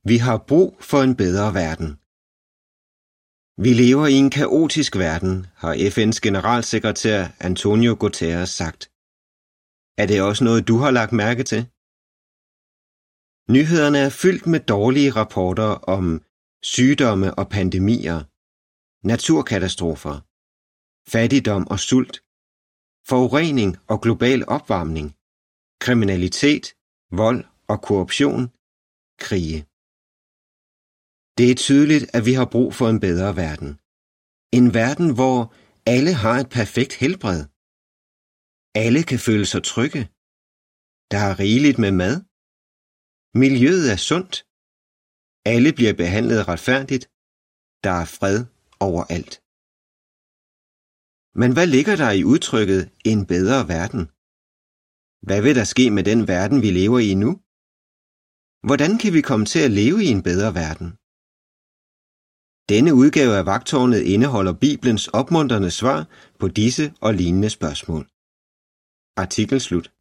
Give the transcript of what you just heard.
Vi har brug for en bedre verden. Vi lever i en kaotisk verden, har FN's generalsekretær Antonio Guterres sagt. Er det også noget, du har lagt mærke til? Nyhederne er fyldt med dårlige rapporter om sygdomme og pandemier, naturkatastrofer, fattigdom og sult, forurening og global opvarmning, kriminalitet, vold og korruption, krige. Det er tydeligt, at vi har brug for en bedre verden. En verden, hvor alle har et perfekt helbred. Alle kan føle sig trygge. Der er rigeligt med mad. Miljøet er sundt. Alle bliver behandlet retfærdigt. Der er fred overalt. Men hvad ligger der i udtrykket en bedre verden? Hvad vil der ske med den verden, vi lever i nu? Hvordan kan vi komme til at leve i en bedre verden? Denne udgave af Vagttårnet indeholder Bibelens opmuntrende svar på disse og lignende spørgsmål. Artikel slut.